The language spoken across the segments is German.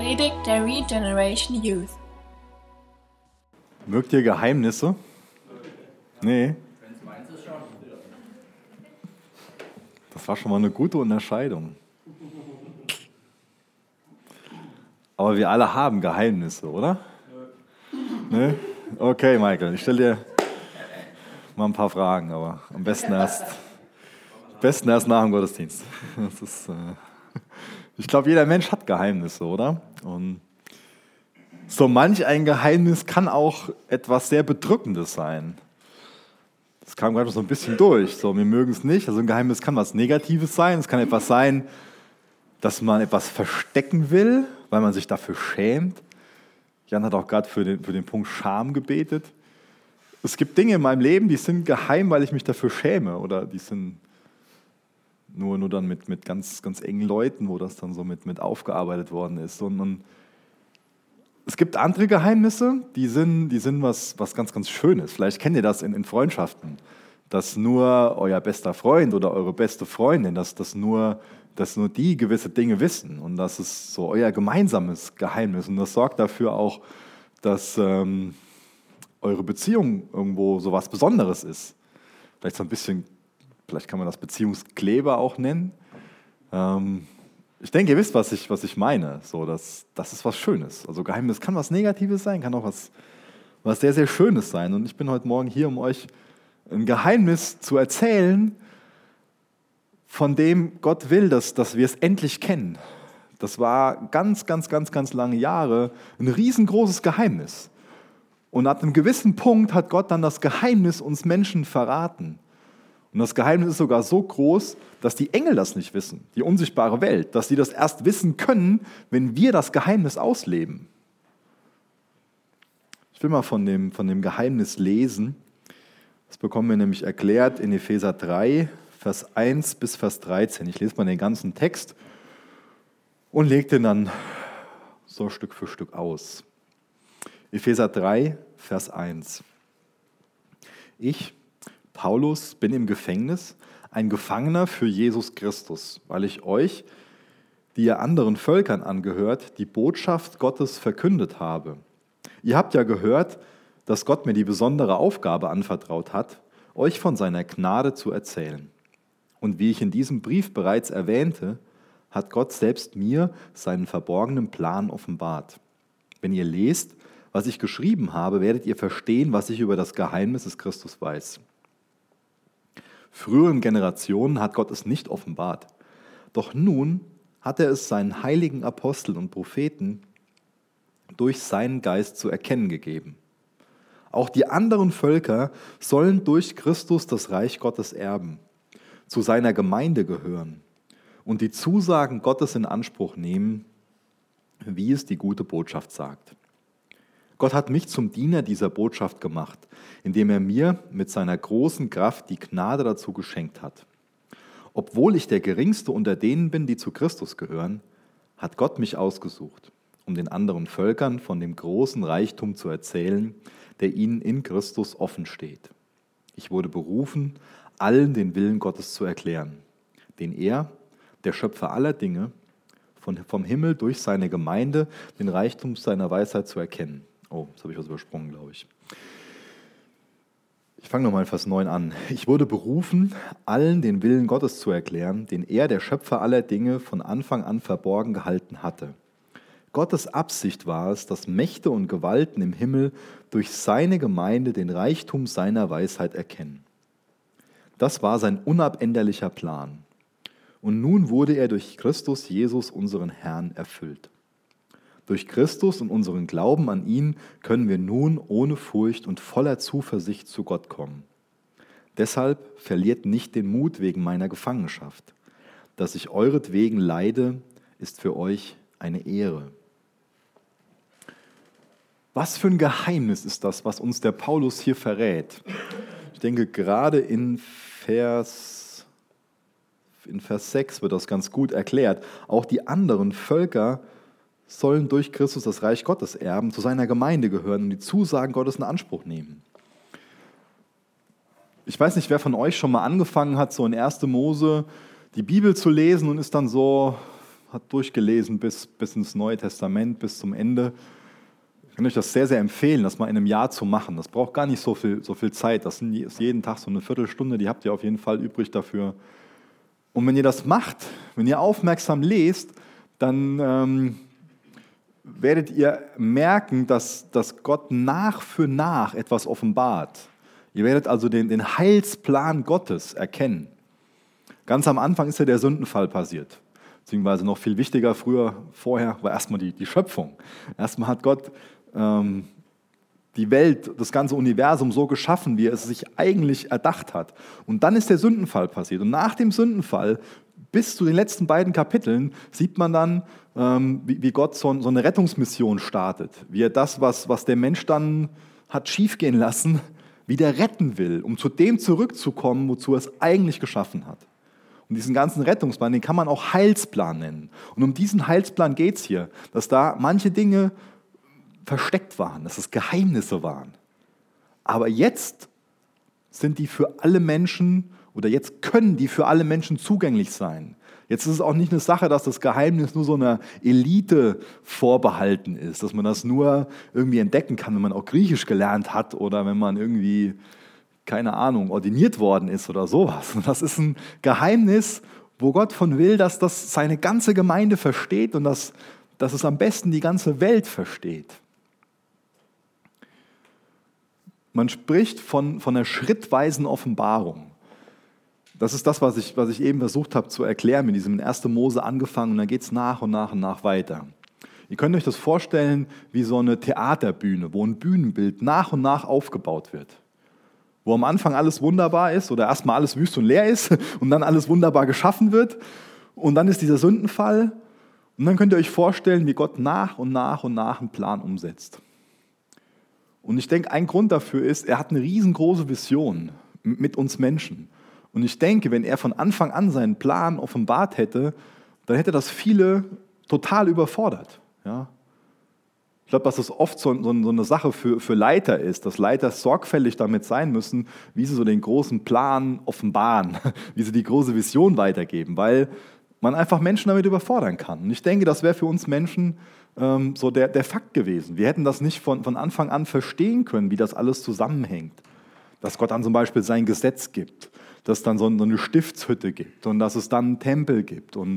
Predigt der Regeneration Youth. Mögt ihr Geheimnisse? Nee. Das war schon mal eine gute Unterscheidung. Aber wir alle haben Geheimnisse, oder? Nee? Okay, Michael, ich stelle dir mal ein paar Fragen, aber am besten erst nach dem Gottesdienst. Ich glaube, jeder Mensch hat Geheimnisse, oder? Und so manch ein Geheimnis kann auch etwas sehr Bedrückendes sein. Das kam gerade so ein bisschen durch. So, wir mögen es nicht. Also ein Geheimnis kann was Negatives sein. Es kann etwas sein, dass man etwas verstecken will, weil man sich dafür schämt. Jan hat auch gerade für den Punkt Scham gebetet. Es gibt Dinge in meinem Leben, die sind geheim, weil ich mich dafür schäme. Oder die sind nur dann mit ganz, ganz engen Leuten, wo das dann so mit aufgearbeitet worden ist. Und es gibt andere Geheimnisse, die sind was ganz, ganz Schönes. Vielleicht kennt ihr das in Freundschaften, dass nur euer bester Freund oder eure beste Freundin, dass nur die gewisse Dinge wissen. Und das ist so euer gemeinsames Geheimnis. Und das sorgt dafür auch, dass eure Beziehung irgendwo so was Besonderes ist. Vielleicht so ein bisschen, vielleicht kann man das Beziehungskleber auch nennen. Ich denke, ihr wisst, was ich meine. So, das ist was Schönes. Also Geheimnis kann was Negatives sein, kann auch was sehr, sehr Schönes sein. Und ich bin heute Morgen hier, um euch ein Geheimnis zu erzählen, von dem Gott will, dass wir es endlich kennen. Das war ganz, ganz, ganz, ganz lange Jahre ein riesengroßes Geheimnis. Und ab einem gewissen Punkt hat Gott dann das Geheimnis uns Menschen verraten. Und das Geheimnis ist sogar so groß, dass die Engel das nicht wissen, die unsichtbare Welt, dass sie das erst wissen können, wenn wir das Geheimnis ausleben. Ich will mal von dem Geheimnis lesen. Das bekommen wir nämlich erklärt in Epheser 3, Vers 1 bis Vers 13. Ich lese mal den ganzen Text und lege den dann so Stück für Stück aus. Epheser 3, Vers 1. Ich, Paulus, bin im Gefängnis, ein Gefangener für Jesus Christus, weil ich euch, die ihr anderen Völkern angehört, die Botschaft Gottes verkündet habe. Ihr habt ja gehört, dass Gott mir die besondere Aufgabe anvertraut hat, euch von seiner Gnade zu erzählen. Und wie ich in diesem Brief bereits erwähnte, hat Gott selbst mir seinen verborgenen Plan offenbart. Wenn ihr lest, was ich geschrieben habe, werdet ihr verstehen, was ich über das Geheimnis des Christus weiß. Früheren Generationen hat Gott es nicht offenbart. Doch nun hat er es seinen heiligen Aposteln und Propheten durch seinen Geist zu erkennen gegeben. Auch die anderen Völker sollen durch Christus das Reich Gottes erben, zu seiner Gemeinde gehören und die Zusagen Gottes in Anspruch nehmen, wie es die gute Botschaft sagt. Gott hat mich zum Diener dieser Botschaft gemacht, indem er mir mit seiner großen Kraft die Gnade dazu geschenkt hat. Obwohl ich der Geringste unter denen bin, die zu Christus gehören, hat Gott mich ausgesucht, um den anderen Völkern von dem großen Reichtum zu erzählen, der ihnen in Christus offen steht. Ich wurde berufen, allen den Willen Gottes zu erklären, den er, der Schöpfer aller Dinge, vom Himmel durch seine Gemeinde den Reichtum seiner Weisheit zu erkennen. Oh, jetzt habe ich was übersprungen, glaube ich. Ich fange nochmal in Vers 9 an. Ich wurde berufen, allen den Willen Gottes zu erklären, den er, der Schöpfer aller Dinge, von Anfang an verborgen gehalten hatte. Gottes Absicht war es, dass Mächte und Gewalten im Himmel durch seine Gemeinde den Reichtum seiner Weisheit erkennen. Das war sein unabänderlicher Plan. Und nun wurde er durch Christus Jesus, unseren Herrn, erfüllt. Durch Christus und unseren Glauben an ihn können wir nun ohne Furcht und voller Zuversicht zu Gott kommen. Deshalb verliert nicht den Mut wegen meiner Gefangenschaft. Dass ich euretwegen leide, ist für euch eine Ehre. Was für ein Geheimnis ist das, was uns der Paulus hier verrät? Ich denke, gerade in Vers 6 wird das ganz gut erklärt. Auch die anderen Völker sollen durch Christus das Reich Gottes erben, zu seiner Gemeinde gehören und die Zusagen Gottes in Anspruch nehmen. Ich weiß nicht, wer von euch schon mal angefangen hat, so in 1. Mose die Bibel zu lesen und ist dann so, hat durchgelesen bis ins Neue Testament, bis zum Ende. Ich kann euch das sehr, sehr empfehlen, das mal in einem Jahr zu machen. Das braucht gar nicht so viel Zeit. Das ist jeden Tag so eine Viertelstunde, die habt ihr auf jeden Fall übrig dafür. Und wenn ihr das macht, wenn ihr aufmerksam lest, dann werdet ihr merken, dass Gott nach für nach etwas offenbart. Ihr werdet also den Heilsplan Gottes erkennen. Ganz am Anfang ist ja der Sündenfall passiert. Beziehungsweise noch viel wichtiger, vorher war erstmal die Schöpfung. Erstmal hat Gott die Welt, das ganze Universum so geschaffen, wie er es sich eigentlich erdacht hat. Und dann ist der Sündenfall passiert. Und nach dem Sündenfall, bis zu den letzten beiden Kapiteln, sieht man dann, wie Gott so eine Rettungsmission startet. Wie er das, was der Mensch dann hat schiefgehen lassen, wieder retten will, um zu dem zurückzukommen, wozu er es eigentlich geschaffen hat. Und diesen ganzen Rettungsplan, den kann man auch Heilsplan nennen. Und um diesen Heilsplan geht es hier, dass da manche Dinge versteckt waren, dass es Geheimnisse waren. Aber jetzt sind die für alle Menschen, oder jetzt können die für alle Menschen zugänglich sein. Jetzt ist es auch nicht eine Sache, dass das Geheimnis nur so einer Elite vorbehalten ist, dass man das nur irgendwie entdecken kann, wenn man auch Griechisch gelernt hat oder wenn man irgendwie, keine Ahnung, ordiniert worden ist oder sowas. Das ist ein Geheimnis, wo Gott von will, dass das seine ganze Gemeinde versteht und dass es am besten die ganze Welt versteht. Man spricht von einer schrittweisen Offenbarung. Das ist das, was ich eben versucht habe zu erklären, mit diesem 1. Mose angefangen und dann geht es nach und nach weiter. Ihr könnt euch das vorstellen wie so eine Theaterbühne, wo ein Bühnenbild nach und nach aufgebaut wird. Wo am Anfang alles wunderbar ist oder erstmal alles wüst und leer ist und dann alles wunderbar geschaffen wird und dann ist dieser Sündenfall und dann könnt ihr euch vorstellen, wie Gott nach und nach einen Plan umsetzt. Und ich denke, ein Grund dafür ist, er hat eine riesengroße Vision mit uns Menschen. Und ich denke, wenn er von Anfang an seinen Plan offenbart hätte, dann hätte das viele total überfordert. Ja? Ich glaube, dass das oft so eine Sache für Leiter ist, dass Leiter sorgfältig damit sein müssen, wie sie so den großen Plan offenbaren, wie sie die große Vision weitergeben, weil man einfach Menschen damit überfordern kann. Und ich denke, das wäre für uns Menschen so der Fakt gewesen. Wir hätten das nicht von Anfang an verstehen können, wie das alles zusammenhängt. Dass Gott dann zum Beispiel sein Gesetz gibt, dass es dann so eine Stiftshütte gibt und dass es dann einen Tempel gibt und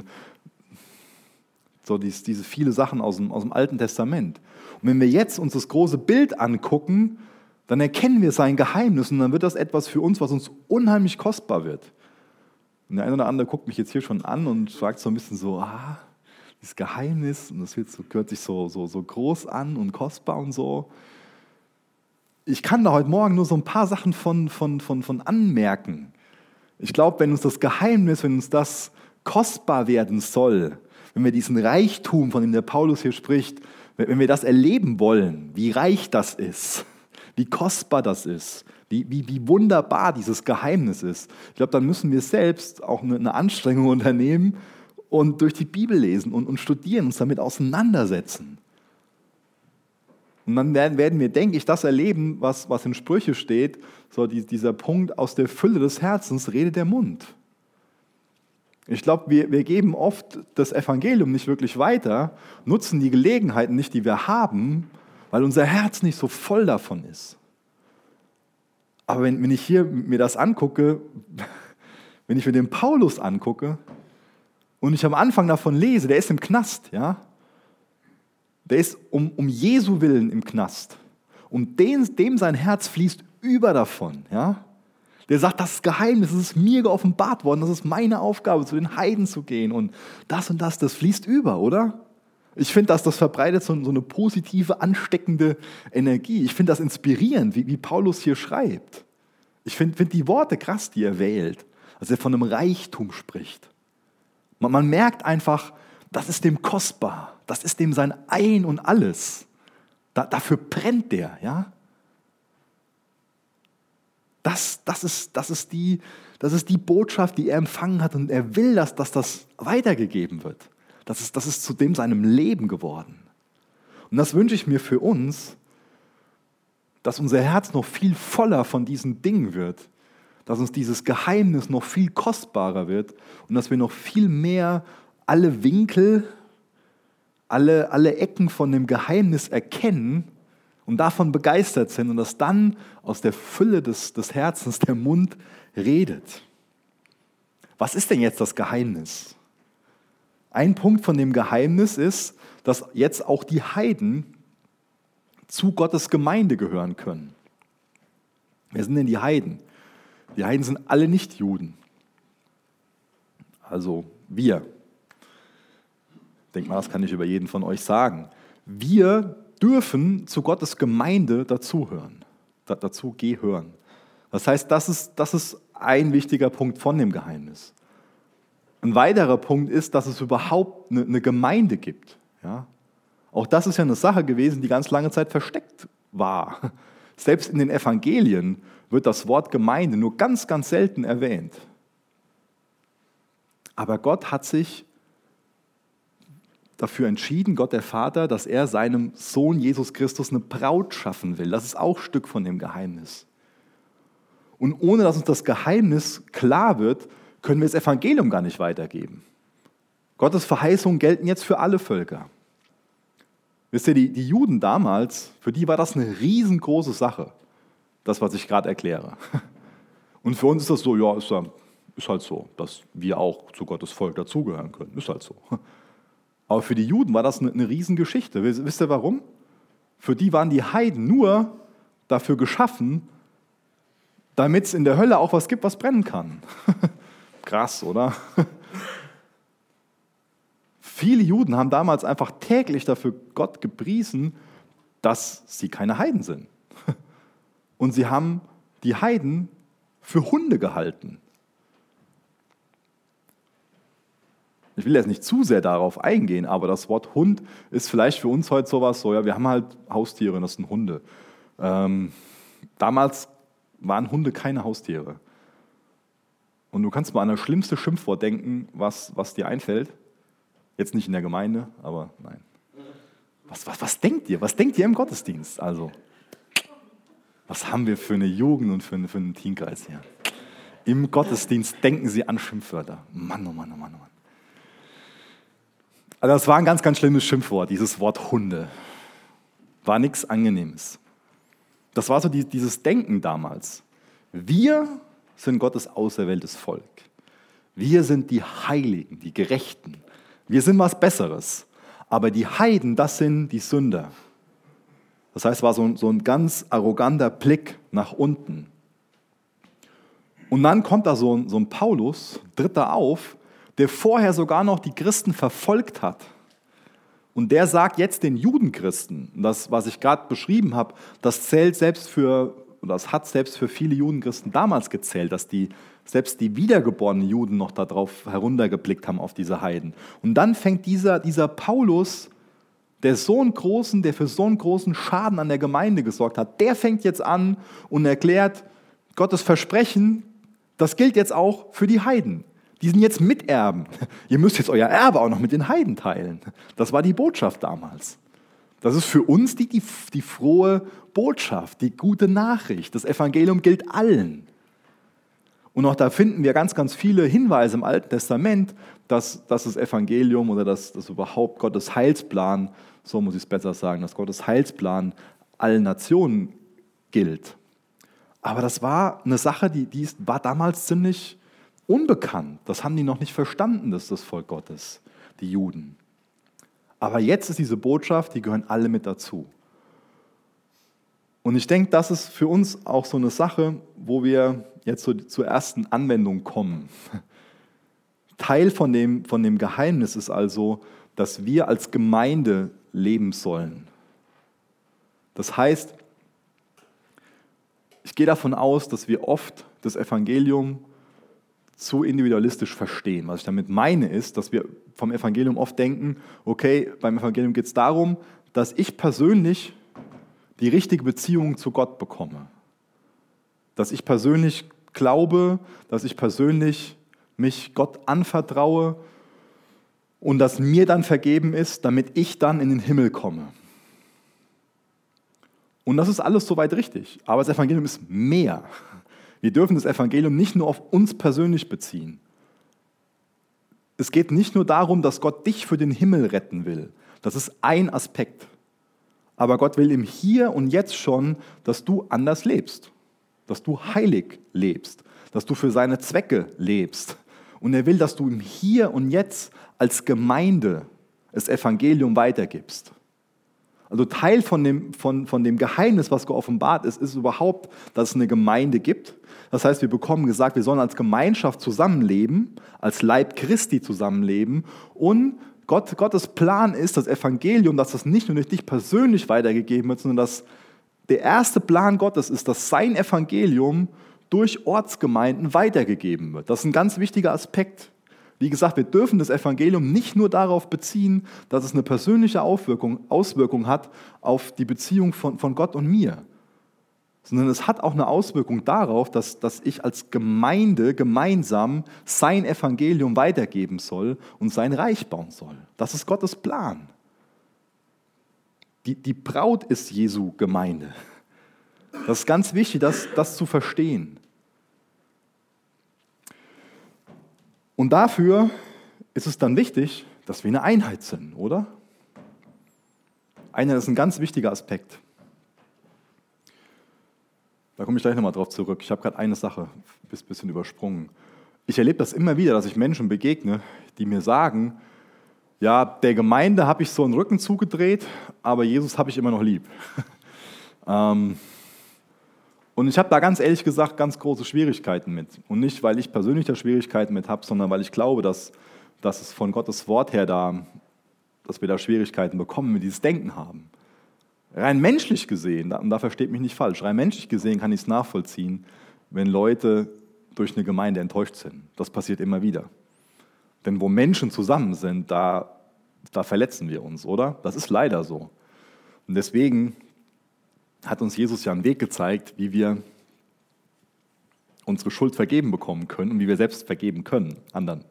so diese viele Sachen aus dem Alten Testament. Und wenn wir jetzt uns das große Bild angucken, dann erkennen wir sein Geheimnis und dann wird das etwas für uns, was uns unheimlich kostbar wird. Und der eine oder andere guckt mich jetzt hier schon an und sagt so ein bisschen so, dieses Geheimnis, und das hört sich so groß an und kostbar und so. Ich kann da heute Morgen nur so ein paar Sachen von anmerken. Ich glaube, wenn uns das Geheimnis, wenn uns das kostbar werden soll, wenn wir diesen Reichtum, von dem der Paulus hier spricht, wenn wir das erleben wollen, wie reich das ist, wie kostbar das ist, wie wunderbar dieses Geheimnis ist, ich glaube, dann müssen wir selbst auch eine Anstrengung unternehmen und durch die Bibel lesen und studieren, uns damit auseinandersetzen. Und dann werden wir, denke ich, das erleben, was in Sprüche steht, so dieser Punkt, aus der Fülle des Herzens redet der Mund. Ich glaube, wir geben oft das Evangelium nicht wirklich weiter, nutzen die Gelegenheiten nicht, die wir haben, weil unser Herz nicht so voll davon ist. Aber wenn ich hier mir das angucke, wenn ich mir den Paulus angucke und ich am Anfang davon lese, der ist im Knast, ja? Der ist um Jesu Willen im Knast. Und dem sein Herz fließt über davon. Ja? Der sagt, das Geheimnis, das ist mir geoffenbart worden, das ist meine Aufgabe, zu den Heiden zu gehen. Und das, das fließt über, oder? Ich finde, das verbreitet so eine positive, ansteckende Energie. Ich finde das inspirierend, wie Paulus hier schreibt. Ich finde die Worte krass, die er wählt, als er von einem Reichtum spricht. Man merkt einfach, das ist dem kostbar. Das ist dem sein Ein und Alles. Dafür brennt der. Ja? Das ist die Botschaft, die er empfangen hat. Und er will, dass das weitergegeben wird. Das ist zu dem seinem Leben geworden. Und das wünsche ich mir für uns, dass unser Herz noch viel voller von diesen Dingen wird. Dass uns dieses Geheimnis noch viel kostbarer wird. Und dass wir noch viel mehr alle Winkel, alle Ecken von dem Geheimnis erkennen und davon begeistert sind und dass dann aus der Fülle des Herzens der Mund redet. Was ist denn jetzt das Geheimnis? Ein Punkt von dem Geheimnis ist, dass jetzt auch die Heiden zu Gottes Gemeinde gehören können. Wer sind denn die Heiden? Die Heiden sind alle Nicht-Juden. Also wir. Ich denke mal, das kann ich über jeden von euch sagen. Wir dürfen zu Gottes Gemeinde dazu gehören. Das heißt, das ist ein wichtiger Punkt von dem Geheimnis. Ein weiterer Punkt ist, dass es überhaupt eine Gemeinde gibt. Ja? Auch das ist ja eine Sache gewesen, die ganz lange Zeit versteckt war. Selbst in den Evangelien wird das Wort Gemeinde nur ganz, ganz selten erwähnt. Aber Gott hat sich dafür entschieden, Gott der Vater, dass er seinem Sohn Jesus Christus eine Braut schaffen will. Das ist auch Stück von dem Geheimnis. Und ohne dass uns das Geheimnis klar wird, können wir das Evangelium gar nicht weitergeben. Gottes Verheißungen gelten jetzt für alle Völker. Wisst ihr, die Juden damals, für die war das eine riesengroße Sache, das, was ich gerade erkläre. Und für uns ist das so, ja, ist halt so, dass wir auch zu Gottes Volk dazugehören können. Ist halt so. Aber für die Juden war das eine Riesengeschichte. Wisst ihr warum? Für die waren die Heiden nur dafür geschaffen, damit es in der Hölle auch was gibt, was brennen kann. Krass, oder? Viele Juden haben damals einfach täglich dafür Gott gepriesen, dass sie keine Heiden sind. Und sie haben die Heiden für Hunde gehalten. Ich will jetzt nicht zu sehr darauf eingehen, aber das Wort Hund ist vielleicht für uns heute sowas, so, ja, wir haben halt Haustiere, das sind Hunde. Damals waren Hunde keine Haustiere. Und du kannst mal an das schlimmste Schimpfwort denken, was dir einfällt. Jetzt nicht in der Gemeinde, aber nein. Was denkt ihr? Was denkt ihr im Gottesdienst? Also, was haben wir für eine Jugend und für einen Teenkreis hier? Im Gottesdienst denken sie an Schimpfwörter. Mann, oh Mann, oh Mann, oh Mann. Also das war ein ganz, ganz schlimmes Schimpfwort, dieses Wort Hunde. War nichts Angenehmes. Das war so dieses Denken damals. Wir sind Gottes auserwähltes Volk. Wir sind die Heiligen, die Gerechten. Wir sind was Besseres. Aber die Heiden, das sind die Sünder. Das heißt, es war so ein ganz arroganter Blick nach unten. Und dann kommt da so ein Paulus, tritt da auf, der vorher sogar noch die Christen verfolgt hat. Und der sagt jetzt den Judenchristen, das, was ich gerade beschrieben habe, das hat selbst für viele Judenchristen damals gezählt, dass selbst die wiedergeborenen Juden noch darauf heruntergeblickt haben, auf diese Heiden. Und dann fängt dieser Paulus, der für so einen großen Schaden an der Gemeinde gesorgt hat, der fängt jetzt an und erklärt, Gottes Versprechen, das gilt jetzt auch für die Heiden. Die sind jetzt Miterben. Ihr müsst jetzt euer Erbe auch noch mit den Heiden teilen. Das war die Botschaft damals. Das ist für uns die frohe Botschaft, die gute Nachricht. Das Evangelium gilt allen. Und auch da finden wir ganz, ganz viele Hinweise im Alten Testament, dass das Evangelium oder dass überhaupt Gottes Heilsplan, so muss ich es besser sagen, dass Gottes Heilsplan allen Nationen gilt. Aber das war eine Sache, die war damals ziemlich unbekannt. Das haben die noch nicht verstanden, das Volk Gottes, die Juden. Aber jetzt ist diese Botschaft, die gehören alle mit dazu. Und ich denke, das ist für uns auch so eine Sache, wo wir jetzt so zur ersten Anwendung kommen. Teil von dem Geheimnis ist also, dass wir als Gemeinde leben sollen. Das heißt, ich gehe davon aus, dass wir oft das Evangelium zu individualistisch verstehen. Was ich damit meine, ist, dass wir vom Evangelium oft denken, okay, beim Evangelium geht es darum, dass ich persönlich die richtige Beziehung zu Gott bekomme. Dass ich persönlich glaube, dass ich persönlich mich Gott anvertraue und dass mir dann vergeben ist, damit ich dann in den Himmel komme. Und das ist alles soweit richtig. Aber das Evangelium ist mehr. Wir dürfen das Evangelium nicht nur auf uns persönlich beziehen. es geht nicht nur darum, dass Gott dich für den Himmel retten will. Das ist ein Aspekt. Aber Gott will im Hier und Jetzt schon, dass du anders lebst, dass du heilig lebst, dass du für seine Zwecke lebst. Und er will, dass du im Hier und Jetzt als Gemeinde das Evangelium weitergibst. Also Teil von dem Geheimnis, was geoffenbart ist, ist überhaupt, dass es eine Gemeinde gibt. Das heißt, wir bekommen gesagt, wir sollen als Gemeinschaft zusammenleben, als Leib Christi zusammenleben. Und Gottes Plan ist, das Evangelium, dass das nicht nur durch dich persönlich weitergegeben wird, sondern dass der erste Plan Gottes ist, dass sein Evangelium durch Ortsgemeinden weitergegeben wird. Das ist ein ganz wichtiger Aspekt. Wie gesagt, wir dürfen das Evangelium nicht nur darauf beziehen, dass es eine persönliche Auswirkung hat auf die Beziehung von Gott und mir, sondern es hat auch eine Auswirkung darauf, dass ich als Gemeinde gemeinsam sein Evangelium weitergeben soll und sein Reich bauen soll. Das ist Gottes Plan. Die Braut ist Jesu Gemeinde. Das ist ganz wichtig, das zu verstehen. Und dafür ist es dann wichtig, dass wir eine Einheit sind, oder? Einheit ist ein ganz wichtiger Aspekt. Da komme ich gleich nochmal drauf zurück. Ich habe gerade eine Sache ein bisschen übersprungen. Ich erlebe das immer wieder, dass ich Menschen begegne, die mir sagen, ja, der Gemeinde habe ich so einen Rücken zugedreht, aber Jesus habe ich immer noch lieb. Und ich habe da ganz ehrlich gesagt ganz große Schwierigkeiten mit. Und nicht, weil ich persönlich da Schwierigkeiten mit habe, sondern weil ich glaube, dass es von Gottes Wort her dass wir da Schwierigkeiten bekommen, wenn wir dieses Denken haben. Rein menschlich gesehen, und da versteht mich nicht falsch, rein menschlich gesehen kann ich es nachvollziehen, wenn Leute durch eine Gemeinde enttäuscht sind. Das passiert immer wieder. Denn wo Menschen zusammen sind, da verletzen wir uns, oder? Das ist leider so. Und deswegen hat uns Jesus ja einen Weg gezeigt, wie wir unsere Schuld vergeben bekommen können und wie wir selbst vergeben können anderen.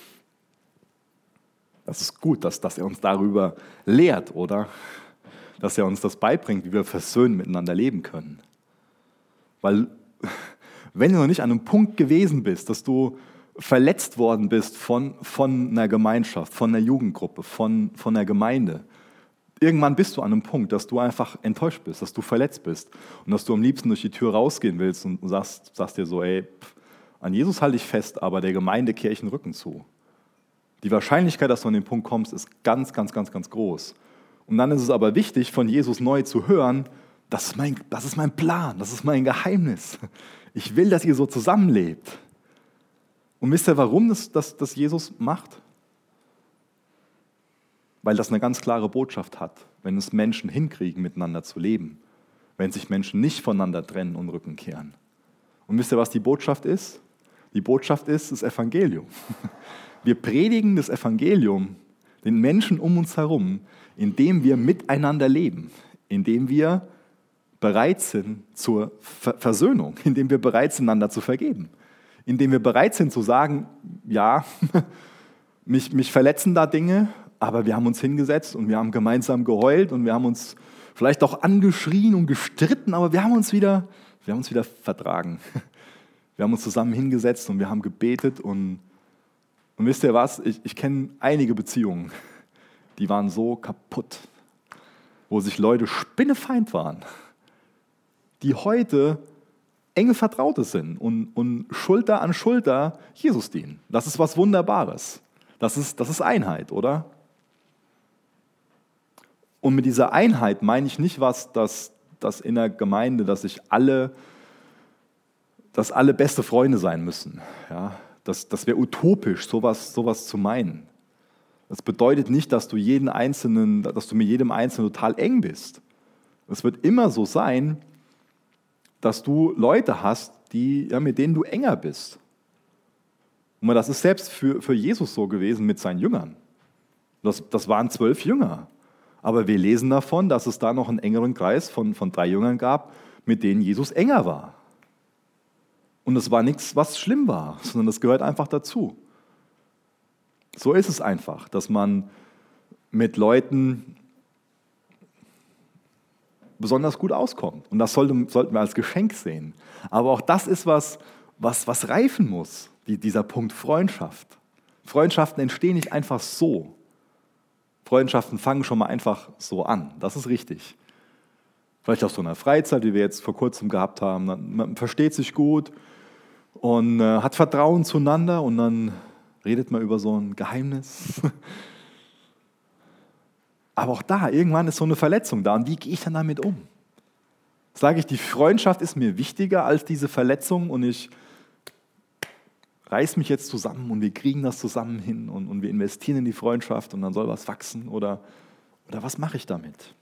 Das ist gut, dass er uns darüber lehrt, oder? Dass er uns das beibringt, wie wir versöhnt miteinander leben können. Weil wenn du noch nicht an einem Punkt gewesen bist, dass du verletzt worden bist von einer Gemeinschaft, von einer Jugendgruppe, von einer Gemeinde, irgendwann bist du an einem Punkt, dass du einfach enttäuscht bist, dass du verletzt bist und dass du am liebsten durch die Tür rausgehen willst und sagst dir so, an Jesus halte ich fest, aber der Gemeinde kehre ich den Rücken zu. Die Wahrscheinlichkeit, dass du an den Punkt kommst, ist ganz, ganz, ganz, ganz groß. Und dann ist es aber wichtig, von Jesus neu zu hören, das ist mein Plan, das ist mein Geheimnis. Ich will, dass ihr so zusammenlebt. Und wisst ihr, warum das Jesus macht? Weil das eine ganz klare Botschaft hat, wenn es Menschen hinkriegen, miteinander zu leben, wenn sich Menschen nicht voneinander trennen und Rücken kehren. Und wisst ihr, was die Botschaft ist? Die Botschaft ist das Evangelium. Wir predigen das Evangelium den Menschen um uns herum, indem wir miteinander leben, indem wir bereit sind zur Versöhnung, indem wir bereit sind, einander zu vergeben, indem wir bereit sind zu sagen, ja, mich verletzen da Dinge, aber wir haben uns hingesetzt und wir haben gemeinsam geheult und wir haben uns vielleicht auch angeschrien und gestritten, aber wir haben uns wieder vertragen. Wir haben uns zusammen hingesetzt und wir haben gebetet und wisst ihr was, ich kenne einige Beziehungen, die waren so kaputt, wo sich Leute spinnefeind waren, die heute enge Vertraute sind und Schulter an Schulter Jesus dienen. Das ist was Wunderbares. Das ist Einheit, oder? Und mit dieser Einheit meine ich nicht dass in der Gemeinde, dass alle beste Freunde sein müssen. Ja? Das wäre utopisch, sowas zu meinen. Das bedeutet nicht, dass du mit jedem Einzelnen total eng bist. Es wird immer so sein, dass du Leute hast, mit denen du enger bist. Und das ist selbst für Jesus so gewesen mit seinen Jüngern. Das waren 12 Jünger. Aber wir lesen davon, dass es da noch einen engeren Kreis von 3 Jüngern gab, mit denen Jesus enger war. Und es war nichts, was schlimm war, sondern das gehört einfach dazu. So ist es einfach, dass man mit Leuten besonders gut auskommt. Und das sollten wir als Geschenk sehen. Aber auch das ist was reifen muss, dieser Punkt Freundschaft. Freundschaften entstehen nicht einfach so. Freundschaften fangen schon mal einfach so an. Das ist richtig. Vielleicht auch so in der Freizeit, wie wir jetzt vor kurzem gehabt haben. Man versteht sich gut und hat Vertrauen zueinander und dann redet man über so ein Geheimnis. Aber auch da, irgendwann ist so eine Verletzung da und wie gehe ich dann damit um? Sage ich, die Freundschaft ist mir wichtiger als diese Verletzung und ich reiß mich jetzt zusammen und wir kriegen das zusammen hin und wir investieren in die Freundschaft und dann soll was wachsen oder was mache ich damit?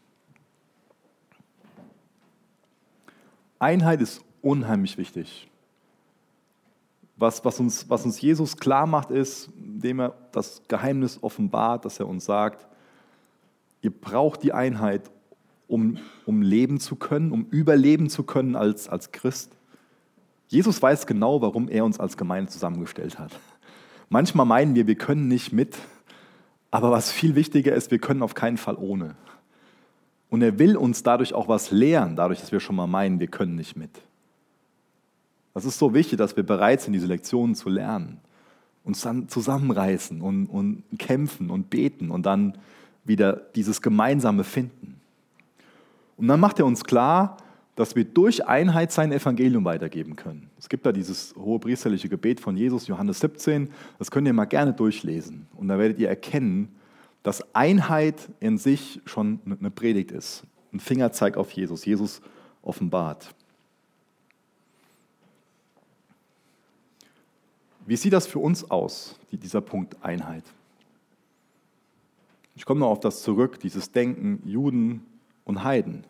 Einheit ist unheimlich wichtig. Was uns Jesus klar macht, ist, indem er das Geheimnis offenbart, dass er uns sagt, ihr braucht die Einheit, um leben zu können, um überleben zu können als Christ. Jesus weiß genau, warum er uns als Gemeinde zusammengestellt hat. Manchmal meinen wir können nicht mit, aber was viel wichtiger ist, wir können auf keinen Fall ohne. Und er will uns dadurch auch was lehren, dadurch, dass wir schon mal meinen, wir können nicht mit. Das ist so wichtig, dass wir bereit sind, diese Lektionen zu lernen, uns dann zusammenreißen und kämpfen und beten und dann wieder dieses Gemeinsame finden. Und dann macht er uns klar, dass wir durch Einheit sein Evangelium weitergeben können. Es gibt da dieses hohepriesterliche Gebet von Jesus, Johannes 17, das könnt ihr mal gerne durchlesen. Und da werdet ihr erkennen, dass Einheit in sich schon eine Predigt ist, ein Fingerzeig auf Jesus, Jesus offenbart. Wie sieht das für uns aus, dieser Punkt Einheit? Ich komme noch auf das zurück, dieses Denken Juden und Heiden.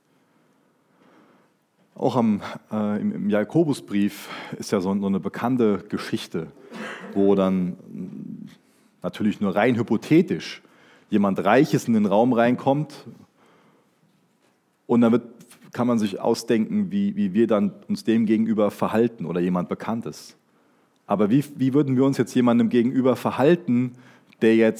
Auch im Jakobusbrief ist ja so eine bekannte Geschichte, wo dann natürlich nur rein hypothetisch jemand Reiches in den Raum reinkommt und dann kann man sich ausdenken, wie wir dann uns dem gegenüber verhalten oder jemand Bekanntes. Aber wie würden wir uns jetzt jemandem gegenüber verhalten, der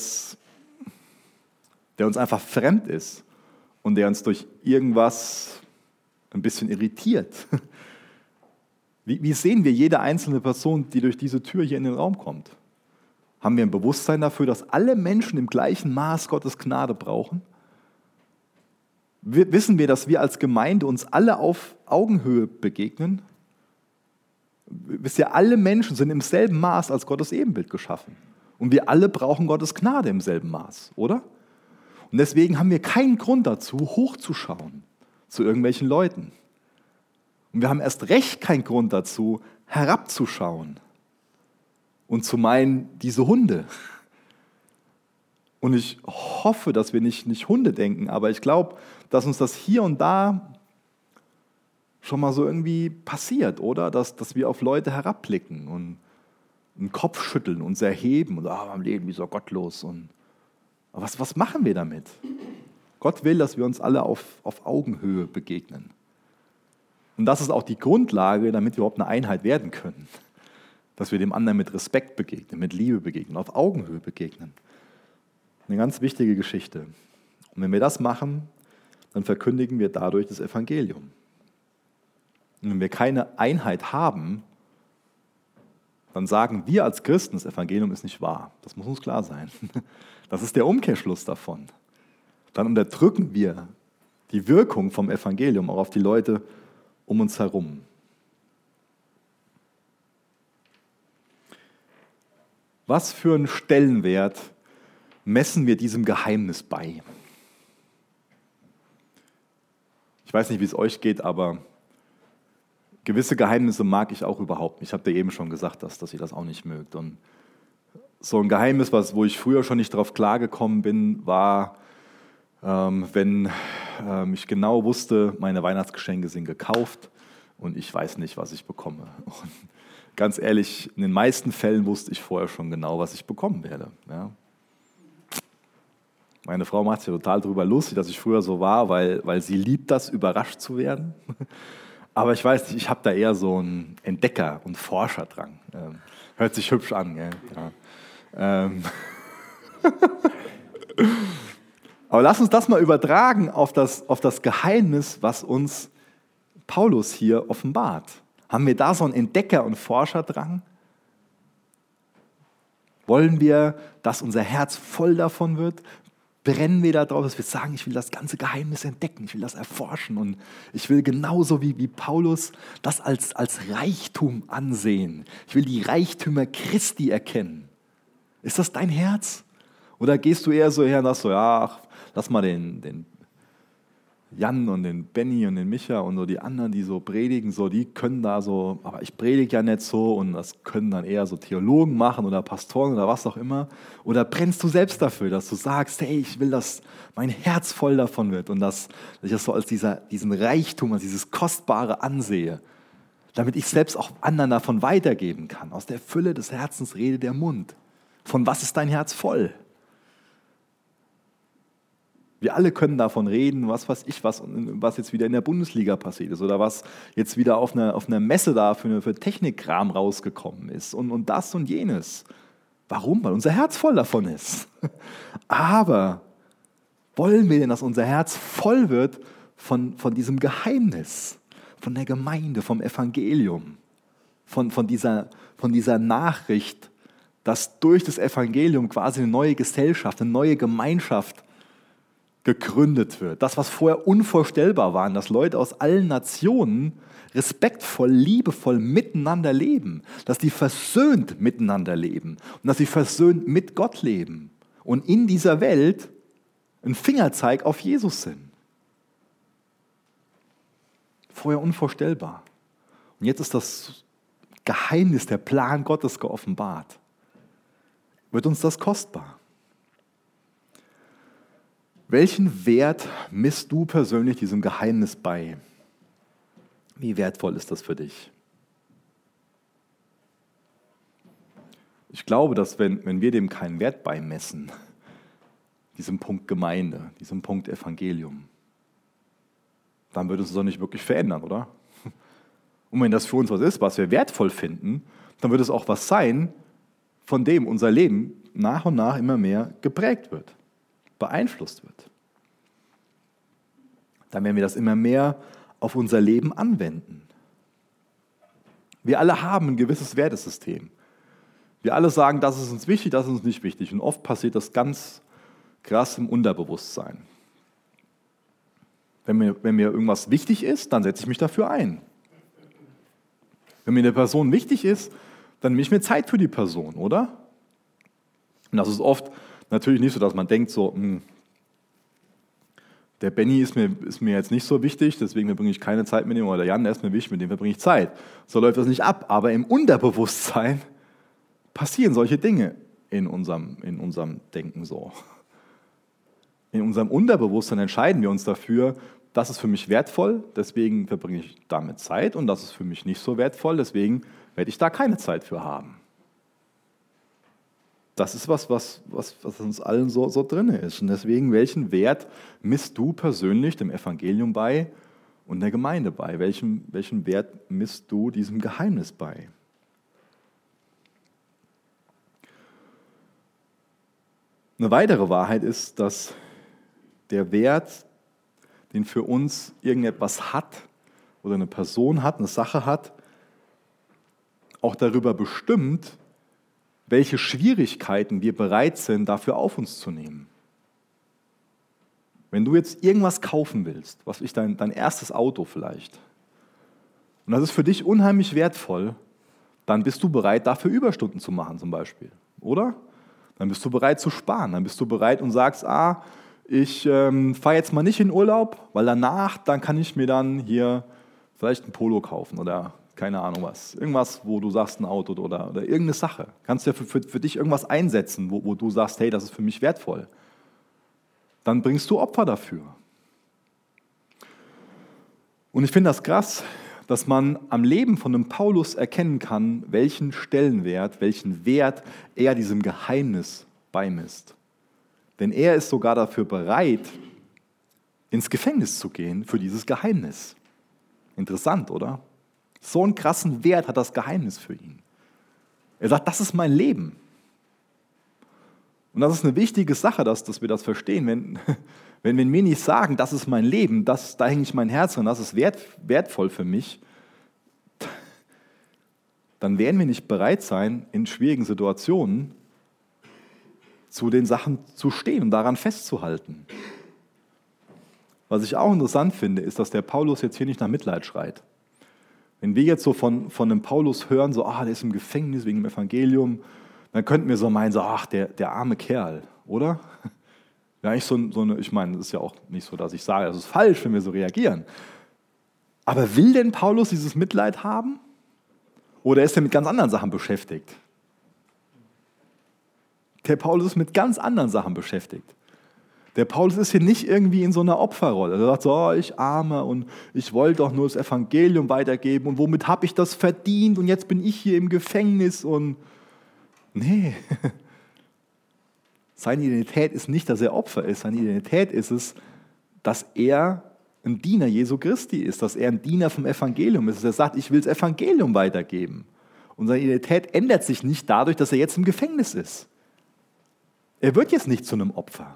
uns einfach fremd ist und der uns durch irgendwas ein bisschen irritiert? Wie sehen wir jede einzelne Person, die durch diese Tür hier in den Raum kommt? Haben wir ein Bewusstsein dafür, dass alle Menschen im gleichen Maß Gottes Gnade brauchen? Wissen wir, dass wir als Gemeinde uns alle auf Augenhöhe begegnen? Wisst ihr, alle Menschen sind im selben Maß als Gottes Ebenbild geschaffen. Und wir alle brauchen Gottes Gnade im selben Maß, oder? Und deswegen haben wir keinen Grund dazu, hochzuschauen zu irgendwelchen Leuten. Und wir haben erst recht keinen Grund dazu, herabzuschauen und zu meinen, diese Hunde. Und ich hoffe, dass wir nicht Hunde denken, aber ich glaube, dass uns das hier und da schon mal so irgendwie passiert, oder? Dass wir auf Leute herabblicken und den Kopf schütteln, uns erheben und mein Leben ist so gottlos. Aber was machen wir damit? Gott will, dass wir uns alle auf Augenhöhe begegnen. Und das ist auch die Grundlage, damit wir überhaupt eine Einheit werden können. Dass wir dem anderen mit Respekt begegnen, mit Liebe begegnen, auf Augenhöhe begegnen. Eine ganz wichtige Geschichte. Und wenn wir das machen, dann verkündigen wir dadurch das Evangelium. Und wenn wir keine Einheit haben, dann sagen wir als Christen, das Evangelium ist nicht wahr. Das muss uns klar sein. Das ist der Umkehrschluss davon. Dann unterdrücken wir die Wirkung vom Evangelium auch auf die Leute um uns herum. Was für einen Stellenwert messen wir diesem Geheimnis bei? Ich weiß nicht, wie es euch geht, aber gewisse Geheimnisse mag ich auch überhaupt nicht. Ich habe dir eben schon gesagt, dass ihr das auch nicht mögt. Und so ein Geheimnis, wo ich früher schon nicht drauf klargekommen bin, war, wenn ich genau wusste, meine Weihnachtsgeschenke sind gekauft und ich weiß nicht, was ich bekomme. Und ganz ehrlich, in den meisten Fällen wusste ich vorher schon genau, was ich bekommen werde. Ja. Meine Frau macht sich ja total darüber lustig, dass ich früher so war, weil sie liebt das, überrascht zu werden. Aber ich weiß nicht, ich habe da eher so einen Entdecker- und Forscherdrang. Hört sich hübsch an, gell? Ja. Aber lass uns das mal übertragen auf das Geheimnis, was uns Paulus hier offenbart. Haben wir da so einen Entdecker- und Forscherdrang? Wollen wir, dass unser Herz voll davon wird? Brennen wir darauf, dass wir sagen, ich will das ganze Geheimnis entdecken, ich will das erforschen und ich will genauso wie Paulus das als Reichtum ansehen. Ich will die Reichtümer Christi erkennen. Ist das dein Herz? Oder gehst du eher so her und sagst so, ja, ach, lass mal den Jan und den Benny und den Micha und so die anderen, die so predigen, so, die können da so, aber ich predige ja nicht so und das können dann eher so Theologen machen oder Pastoren oder was auch immer. Oder brennst du selbst dafür, dass du sagst, hey, ich will, dass mein Herz voll davon wird und dass ich das so als diesen Reichtum, als dieses Kostbare ansehe, damit ich selbst auch anderen davon weitergeben kann. Aus der Fülle des Herzens redet der Mund. Von was ist dein Herz voll? Wir alle können davon reden, was weiß ich, was jetzt wieder in der Bundesliga passiert ist oder was jetzt wieder auf einer Messe da für Technikkram rausgekommen ist und das und jenes. Warum? Weil unser Herz voll davon ist. Aber wollen wir denn, dass unser Herz voll wird von diesem Geheimnis, von der Gemeinde, vom Evangelium, von dieser Nachricht, dass durch das Evangelium quasi eine neue Gesellschaft, eine neue Gemeinschaft gegründet wird. Das, was vorher unvorstellbar war, dass Leute aus allen Nationen respektvoll, liebevoll miteinander leben, dass die versöhnt miteinander leben und dass sie versöhnt mit Gott leben und in dieser Welt ein Fingerzeig auf Jesus sind. Vorher unvorstellbar. Und jetzt ist das Geheimnis, der Plan Gottes geoffenbart. Wird uns das kostbar? Welchen Wert misst du persönlich diesem Geheimnis bei? Wie wertvoll ist das für dich? Ich glaube, dass wenn wir dem keinen Wert beimessen, diesem Punkt Gemeinde, diesem Punkt Evangelium, dann wird es uns doch nicht wirklich verändern, oder? Und wenn das für uns was ist, was wir wertvoll finden, dann wird es auch was sein, von dem unser Leben nach und nach immer mehr geprägt wird, beeinflusst wird. Dann werden wir das immer mehr auf unser Leben anwenden. Wir alle haben ein gewisses Wertesystem. Wir alle sagen, das ist uns wichtig, das ist uns nicht wichtig. Und oft passiert das ganz krass im Unterbewusstsein. Wenn mir irgendwas wichtig ist, dann setze ich mich dafür ein. Wenn mir eine Person wichtig ist, dann nehme ich mir Zeit für die Person, oder? Und das ist oft natürlich nicht so, dass man denkt so, der Benny ist mir jetzt nicht so wichtig, deswegen verbringe ich keine Zeit mit ihm, oder der Jan, der ist mir wichtig, mit dem verbringe ich Zeit. So läuft das nicht ab, aber im Unterbewusstsein passieren solche Dinge in unserem Denken so. In unserem Unterbewusstsein entscheiden wir uns dafür, das ist für mich wertvoll, deswegen verbringe ich damit Zeit und das ist für mich nicht so wertvoll, deswegen werde ich da keine Zeit für haben. Das ist was uns allen so drin ist. Und deswegen, welchen Wert misst du persönlich dem Evangelium bei und der Gemeinde bei? Welchen Wert misst du diesem Geheimnis bei? Eine weitere Wahrheit ist, dass der Wert, den für uns irgendetwas hat oder eine Person hat, eine Sache hat, auch darüber bestimmt, welche Schwierigkeiten wir bereit sind, dafür auf uns zu nehmen. Wenn du jetzt irgendwas kaufen willst, was ist dein erstes Auto vielleicht, und das ist für dich unheimlich wertvoll, dann bist du bereit, dafür Überstunden zu machen zum Beispiel, oder? Dann bist du bereit zu sparen, dann bist du bereit und sagst, ich fahre jetzt mal nicht in Urlaub, weil danach, dann kann ich mir dann hier vielleicht ein Polo kaufen oder keine Ahnung was. Irgendwas, wo du sagst, ein Auto oder irgendeine Sache. Kannst du ja für dich irgendwas einsetzen, wo du sagst, hey, das ist für mich wertvoll. Dann bringst du Opfer dafür. Und ich finde das krass, dass man am Leben von einem Paulus erkennen kann, welchen Stellenwert, welchen Wert er diesem Geheimnis beimisst. Denn er ist sogar dafür bereit, ins Gefängnis zu gehen für dieses Geheimnis. Interessant, oder? So einen krassen Wert hat das Geheimnis für ihn. Er sagt, das ist mein Leben. Und das ist eine wichtige Sache, dass wir das verstehen. Wenn wir nicht sagen, das ist mein Leben, da hänge ich mein Herz dran, das ist wertvoll für mich, dann werden wir nicht bereit sein, in schwierigen Situationen zu den Sachen zu stehen und daran festzuhalten. Was ich auch interessant finde, ist, dass der Paulus jetzt hier nicht nach Mitleid schreit. Wenn wir jetzt so von einem Paulus hören, so, der ist im Gefängnis wegen dem Evangelium, dann könnten wir so meinen, so, der arme Kerl, oder? Ja, ich meine, das ist ja auch nicht so, dass ich sage, das ist falsch, wenn wir so reagieren. Aber will denn Paulus dieses Mitleid haben? Oder ist er mit ganz anderen Sachen beschäftigt? Der Paulus ist mit ganz anderen Sachen beschäftigt. Der Paulus ist hier nicht irgendwie in so einer Opferrolle. Er sagt so, ich Armer und ich wollte doch nur das Evangelium weitergeben und womit habe ich das verdient und jetzt bin ich hier im Gefängnis und nee. Seine Identität ist nicht, dass er Opfer ist. Seine Identität ist es, dass er ein Diener Jesu Christi ist, dass er ein Diener vom Evangelium ist. Er sagt, ich will das Evangelium weitergeben. Und seine Identität ändert sich nicht dadurch, dass er jetzt im Gefängnis ist. Er wird jetzt nicht zu einem Opfer.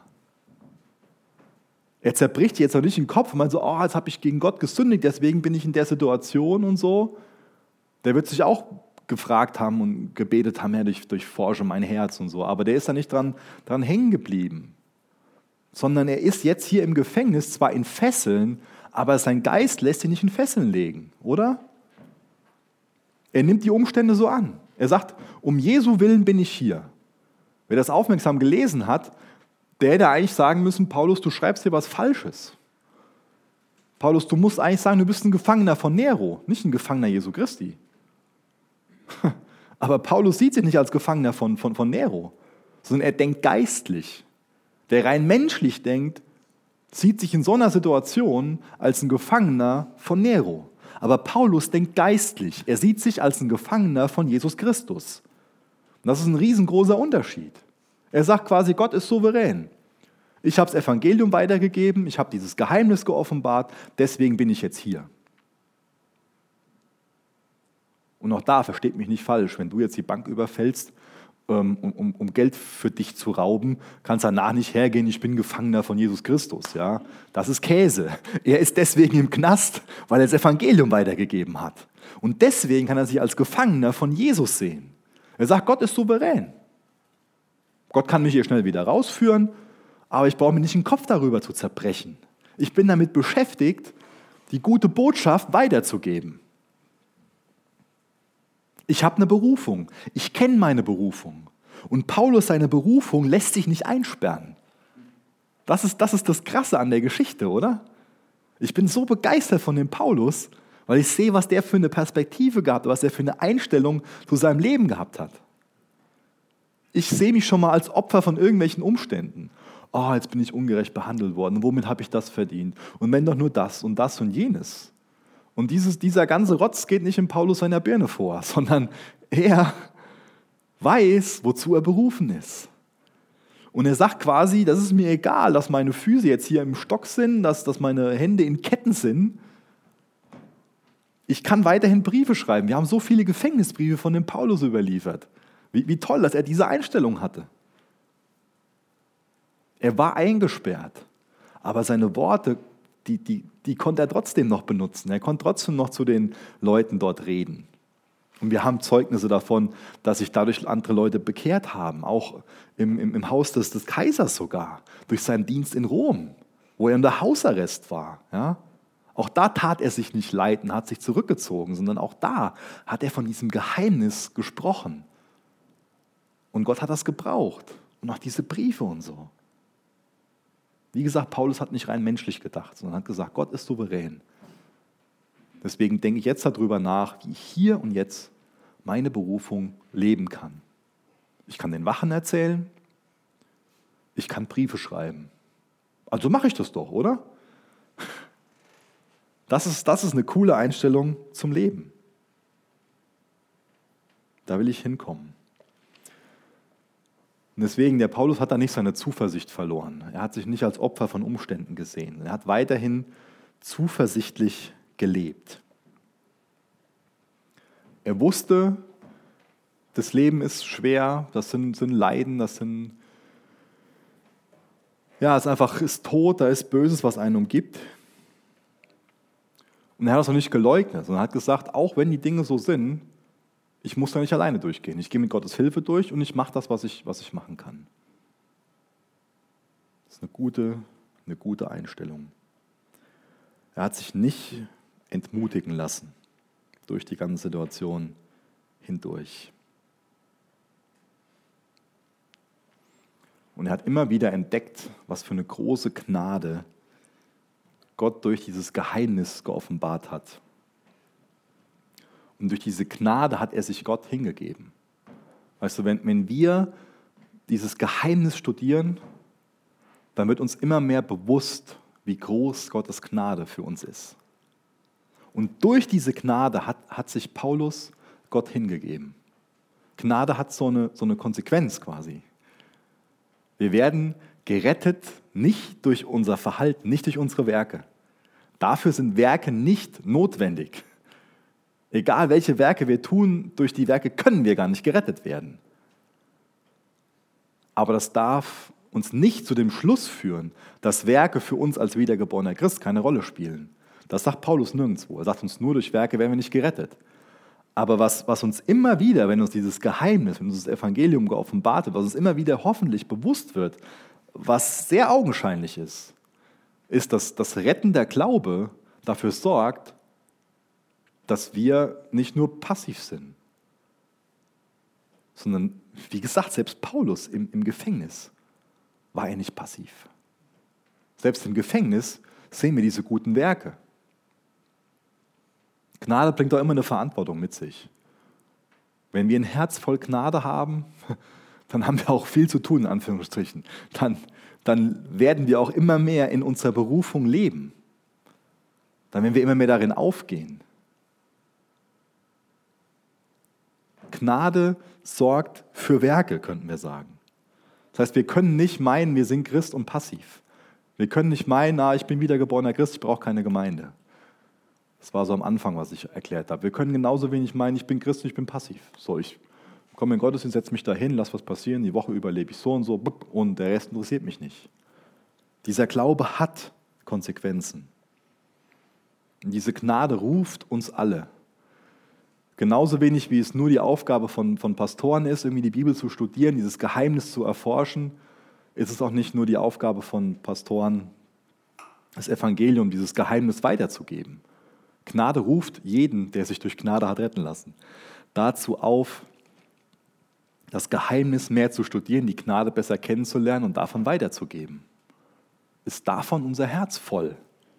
Er zerbricht jetzt auch nicht den Kopf und meint so, jetzt habe ich gegen Gott gesündigt, deswegen bin ich in der Situation und so. Der wird sich auch gefragt haben und gebetet haben, Herr, durchforsche mein Herz und so. Aber der ist da nicht dran hängen geblieben. Sondern er ist jetzt hier im Gefängnis, zwar in Fesseln, aber sein Geist lässt ihn nicht in Fesseln legen, oder? Er nimmt die Umstände so an. Er sagt, um Jesu Willen bin ich hier. Wer das aufmerksam gelesen hat, der hätte eigentlich sagen müssen, Paulus, du schreibst hier was Falsches. Paulus, du musst eigentlich sagen, du bist ein Gefangener von Nero, nicht ein Gefangener Jesu Christi. Aber Paulus sieht sich nicht als Gefangener von Nero, sondern er denkt geistlich. Der rein menschlich denkt, sieht sich in so einer Situation als ein Gefangener von Nero. Aber Paulus denkt geistlich. Er sieht sich als ein Gefangener von Jesus Christus. Und das ist ein riesengroßer Unterschied. Er sagt quasi, Gott ist souverän. Ich habe das Evangelium weitergegeben, ich habe dieses Geheimnis geoffenbart, deswegen bin ich jetzt hier. Und auch da, versteht mich nicht falsch, wenn du jetzt die Bank überfällst, um Geld für dich zu rauben, kannst danach nicht hergehen, ich bin Gefangener von Jesus Christus. Ja? Das ist Käse. Er ist deswegen im Knast, weil er das Evangelium weitergegeben hat. Und deswegen kann er sich als Gefangener von Jesus sehen. Er sagt, Gott ist souverän. Gott kann mich hier schnell wieder rausführen, aber ich brauche mir nicht den Kopf darüber zu zerbrechen. Ich bin damit beschäftigt, die gute Botschaft weiterzugeben. Ich habe eine Berufung. Ich kenne meine Berufung. Und Paulus, seine Berufung, lässt sich nicht einsperren. Das ist das Krasse an der Geschichte, oder? Ich bin so begeistert von dem Paulus, weil ich sehe, was der für eine Perspektive gehabt hat, was er für eine Einstellung zu seinem Leben gehabt hat. Ich sehe mich schon mal als Opfer von irgendwelchen Umständen. Jetzt bin ich ungerecht behandelt worden. Und womit habe ich das verdient? Und wenn doch nur das und jenes. Und dieser ganze Rotz geht nicht in Paulus seiner Birne vor, sondern er weiß, wozu er berufen ist. Und er sagt quasi, das ist mir egal, dass meine Füße jetzt hier im Stock sind, dass meine Hände in Ketten sind. Ich kann weiterhin Briefe schreiben. Wir haben so viele Gefängnisbriefe von dem Paulus überliefert. Wie toll, dass er diese Einstellung hatte. Er war eingesperrt, aber seine Worte, die konnte er trotzdem noch benutzen. Er konnte trotzdem noch zu den Leuten dort reden. Und wir haben Zeugnisse davon, dass sich dadurch andere Leute bekehrt haben, auch im Haus des Kaisers sogar, durch seinen Dienst in Rom, wo er unter Hausarrest war. Ja? Auch da tat er sich nicht leid und hat sich zurückgezogen, sondern auch da hat er von diesem Geheimnis gesprochen. Und Gott hat das gebraucht. Und auch diese Briefe und so. Wie gesagt, Paulus hat nicht rein menschlich gedacht, sondern hat gesagt, Gott ist souverän. Deswegen denke ich jetzt darüber nach, wie ich hier und jetzt meine Berufung leben kann. Ich kann den Wachen erzählen, ich kann Briefe schreiben. Also mache ich das doch, oder? Das ist eine coole Einstellung zum Leben. Da will ich hinkommen. Und deswegen, der Paulus hat da nicht seine Zuversicht verloren. Er hat sich nicht als Opfer von Umständen gesehen. Er hat weiterhin zuversichtlich gelebt. Er wusste, das Leben ist schwer, das sind Leiden, das ist Tod, da ist Böses, was einen umgibt. Und er hat das noch nicht geleugnet, sondern hat gesagt, auch wenn die Dinge so sind, ich muss da nicht alleine durchgehen. Ich gehe mit Gottes Hilfe durch und ich mache das, was ich machen kann. Das ist eine gute Einstellung. Er hat sich nicht entmutigen lassen durch die ganze Situation hindurch. Und er hat immer wieder entdeckt, was für eine große Gnade Gott durch dieses Geheimnis geoffenbart hat. Und durch diese Gnade hat er sich Gott hingegeben. Weißt du, wenn wir dieses Geheimnis studieren, dann wird uns immer mehr bewusst, wie groß Gottes Gnade für uns ist. Und durch diese Gnade hat sich Paulus Gott hingegeben. Gnade hat so eine Konsequenz quasi. Wir werden gerettet nicht durch unser Verhalten, nicht durch unsere Werke. Dafür sind Werke nicht notwendig. Egal welche Werke wir tun, durch die Werke können wir gar nicht gerettet werden. Aber das darf uns nicht zu dem Schluss führen, dass Werke für uns als wiedergeborener Christ keine Rolle spielen. Das sagt Paulus nirgendwo. Er sagt uns, nur durch Werke werden wir nicht gerettet. Aber was uns immer wieder, wenn uns dieses Geheimnis, wenn uns das Evangelium geoffenbart wird, was uns immer wieder hoffentlich bewusst wird, was sehr augenscheinlich ist, dass das Retten der Glaube dafür sorgt, dass wir nicht nur passiv sind, sondern, wie gesagt, selbst Paulus im Gefängnis war er nicht passiv. Selbst im Gefängnis sehen wir diese guten Werke. Gnade bringt auch immer eine Verantwortung mit sich. Wenn wir ein Herz voll Gnade haben, dann haben wir auch viel zu tun, in Anführungsstrichen. Dann werden wir auch immer mehr in unserer Berufung leben. Dann werden wir immer mehr darin aufgehen. Gnade sorgt für Werke, könnten wir sagen. Das heißt, wir können nicht meinen, wir sind Christ und passiv. Wir können nicht meinen, ich bin wiedergeborener Christ, ich brauche keine Gemeinde. Das war so am Anfang, was ich erklärt habe. Wir können genauso wenig meinen, ich bin Christ und ich bin passiv. So, ich komme in den Gottesdienst, setze mich dahin, lass was passieren, die Woche überlebe ich so und der Rest interessiert mich nicht. Dieser Glaube hat Konsequenzen. Und diese Gnade ruft uns alle. Genauso wenig, wie es nur die Aufgabe von Pastoren ist, irgendwie die Bibel zu studieren, dieses Geheimnis zu erforschen, ist es auch nicht nur die Aufgabe von Pastoren, das Evangelium, dieses Geheimnis weiterzugeben. Gnade ruft jeden, der sich durch Gnade hat retten lassen, dazu auf, das Geheimnis mehr zu studieren, die Gnade besser kennenzulernen und davon weiterzugeben. Ist davon unser Herz voll?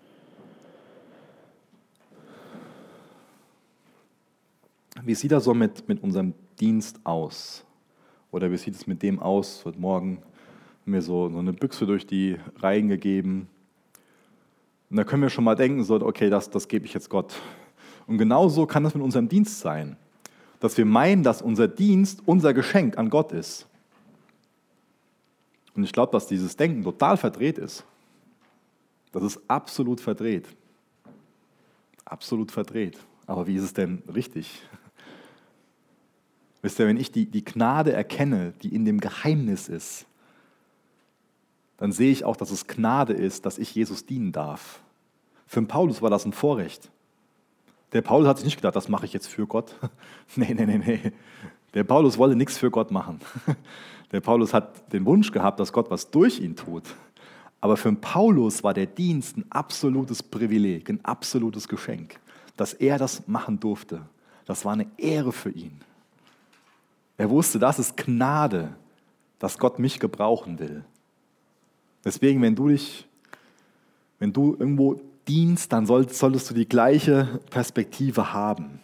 Wie sieht das so mit unserem Dienst aus? Oder wie sieht es mit dem aus? Heute Morgen haben wir so eine Büchse durch die Reihen gegeben. Und da können wir schon mal denken, so, okay, das gebe ich jetzt Gott. Und genauso kann das mit unserem Dienst sein. Dass wir meinen, dass unser Dienst unser Geschenk an Gott ist. Und ich glaube, dass dieses Denken total verdreht ist. Das ist absolut verdreht. Absolut verdreht. Aber wie ist es denn richtig? Wisst ihr, wenn ich die Gnade erkenne, die in dem Geheimnis ist, dann sehe ich auch, dass es Gnade ist, dass ich Jesus dienen darf. Für den Paulus war das ein Vorrecht. Der Paulus hat sich nicht gedacht, das mache ich jetzt für Gott. Nee. Der Paulus wollte nichts für Gott machen. Der Paulus hat den Wunsch gehabt, dass Gott was durch ihn tut. Aber für den Paulus war der Dienst ein absolutes Privileg, ein absolutes Geschenk, dass er das machen durfte. Das war eine Ehre für ihn. Er wusste, das ist Gnade, dass Gott mich gebrauchen will. Deswegen, wenn du irgendwo dienst, dann solltest du die gleiche Perspektive haben.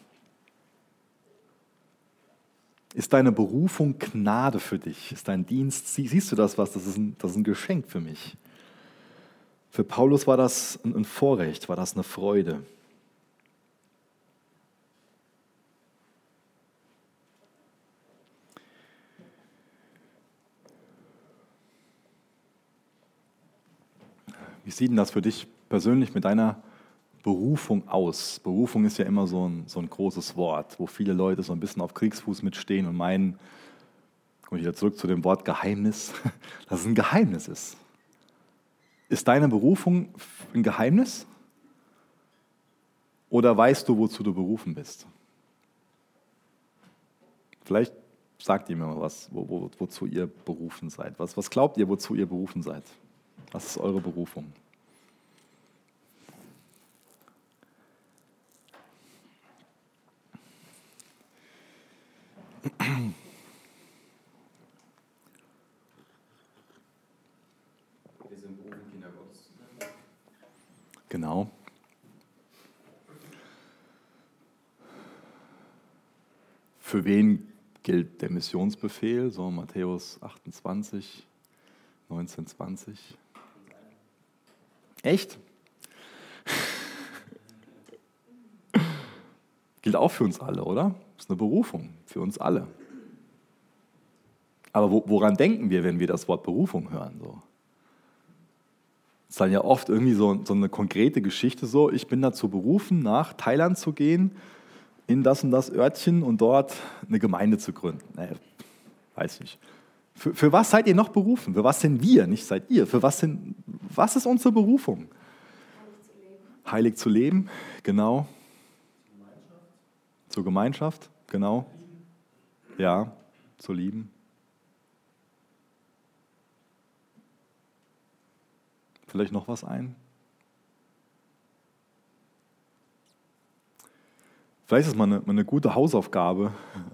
Ist deine Berufung Gnade für dich? Ist dein Dienst, siehst du das was? Das ist ein Geschenk für mich. Für Paulus war das ein Vorrecht, war das eine Freude. Wie sieht denn das für dich persönlich mit deiner Berufung aus? Berufung ist ja immer so ein großes Wort, wo viele Leute so ein bisschen auf Kriegsfuß mitstehen und meinen, komme ich wieder zurück zu dem Wort Geheimnis, dass es ein Geheimnis ist. Ist deine Berufung ein Geheimnis? Oder weißt du, wozu du berufen bist? Vielleicht sagt ihr mir mal was, wozu ihr berufen seid. Was glaubt ihr, wozu ihr berufen seid? Was ist eure Berufung? Wir sind berufen, Kinder Gottes zu sein. Genau. Für wen gilt der Missionsbefehl? So Matthäus 28, 19, 20. Echt? Gilt auch für uns alle, oder? Das ist eine Berufung für uns alle. Aber woran denken wir, wenn wir das Wort Berufung hören? So? Es ist dann ja oft irgendwie so eine konkrete Geschichte so, ich bin dazu berufen, nach Thailand zu gehen, in das und das Örtchen und dort eine Gemeinde zu gründen. Naja, weiß nicht. Für was seid ihr noch berufen? Für was sind wir, nicht seid ihr? Was ist unsere Berufung? Heilig zu leben, genau. Zur Gemeinschaft, genau. Ja, zu lieben. Vielleicht noch was ein? Vielleicht ist es mal eine gute Hausaufgabe.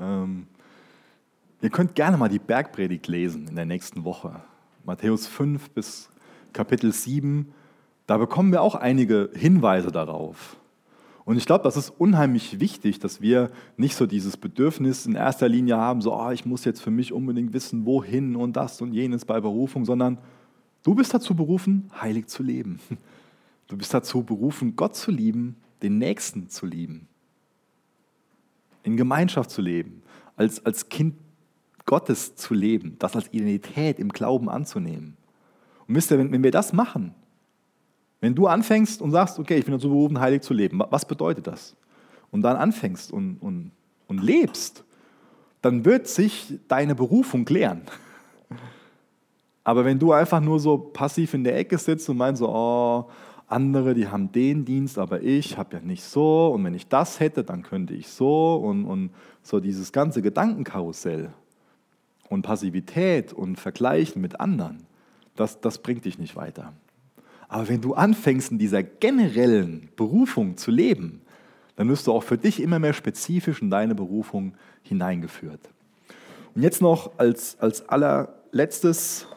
Ihr könnt gerne mal die Bergpredigt lesen in der nächsten Woche. Matthäus 5 bis Kapitel 7. Da bekommen wir auch einige Hinweise darauf. Und ich glaube, das ist unheimlich wichtig, dass wir nicht so dieses Bedürfnis in erster Linie haben, so, ich muss jetzt für mich unbedingt wissen, wohin und das und jenes bei Berufung, sondern du bist dazu berufen, heilig zu leben. Du bist dazu berufen, Gott zu lieben, den Nächsten zu lieben, in Gemeinschaft zu leben, als Kind Gottes zu leben, das als Identität im Glauben anzunehmen. Und wisst ihr, wenn wir das machen, wenn du anfängst und sagst, okay, ich bin dazu berufen, heilig zu leben, was bedeutet das? Und dann anfängst und lebst, dann wird sich deine Berufung klären. Aber wenn du einfach nur so passiv in der Ecke sitzt und meinst so, andere, die haben den Dienst, aber ich habe ja nicht so und wenn ich das hätte, dann könnte ich so und so dieses ganze Gedankenkarussell und Passivität und Vergleichen mit anderen, das bringt dich nicht weiter. Aber wenn du anfängst, in dieser generellen Berufung zu leben, dann wirst du auch für dich immer mehr spezifisch in deine Berufung hineingeführt. Und jetzt noch als allerletztes: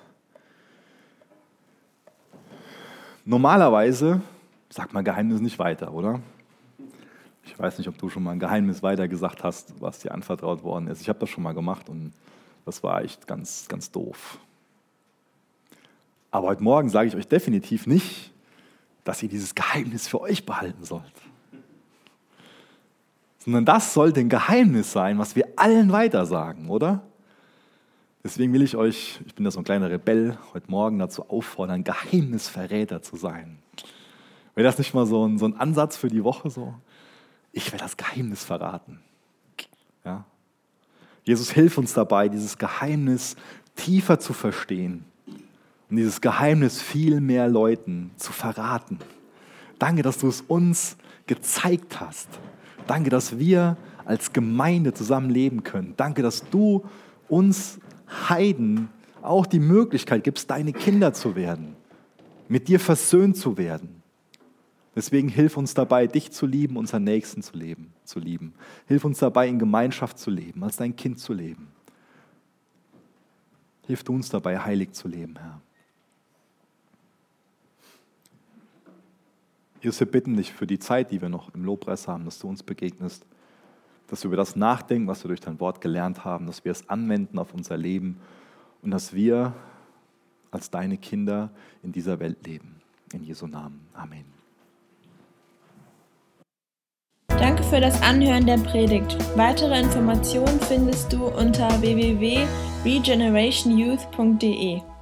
Normalerweise sagt man Geheimnis nicht weiter, oder? Ich weiß nicht, ob du schon mal ein Geheimnis weitergesagt hast, was dir anvertraut worden ist. Ich habe das schon mal gemacht und das war echt ganz, ganz doof. Aber heute Morgen sage ich euch definitiv nicht, dass ihr dieses Geheimnis für euch behalten sollt. Sondern das sollte ein Geheimnis sein, was wir allen weitersagen, oder? Deswegen will ich euch, ich bin ja so ein kleiner Rebell, heute Morgen dazu auffordern, Geheimnisverräter zu sein. Wäre das nicht mal so ein Ansatz für die Woche so? Ich werde das Geheimnis verraten. Ja? Jesus, hilf uns dabei, dieses Geheimnis tiefer zu verstehen und dieses Geheimnis viel mehr Leuten zu verraten. Danke, dass du es uns gezeigt hast. Danke, dass wir als Gemeinde zusammen leben können. Danke, dass du uns Heiden auch die Möglichkeit gibst, deine Kinder zu werden, mit dir versöhnt zu werden. Deswegen hilf uns dabei, dich zu lieben, unseren Nächsten zu lieben. Hilf uns dabei, in Gemeinschaft zu leben, als dein Kind zu leben. Hilf du uns dabei, heilig zu leben, Herr. Jesus, wir bitten dich für die Zeit, die wir noch im Lobpreis haben, dass du uns begegnest, dass wir über das nachdenken, was wir durch dein Wort gelernt haben, dass wir es anwenden auf unser Leben und dass wir als deine Kinder in dieser Welt leben. In Jesu Namen. Amen. Danke für das Anhören der Predigt. Weitere Informationen findest du unter www.regenerationyouth.de.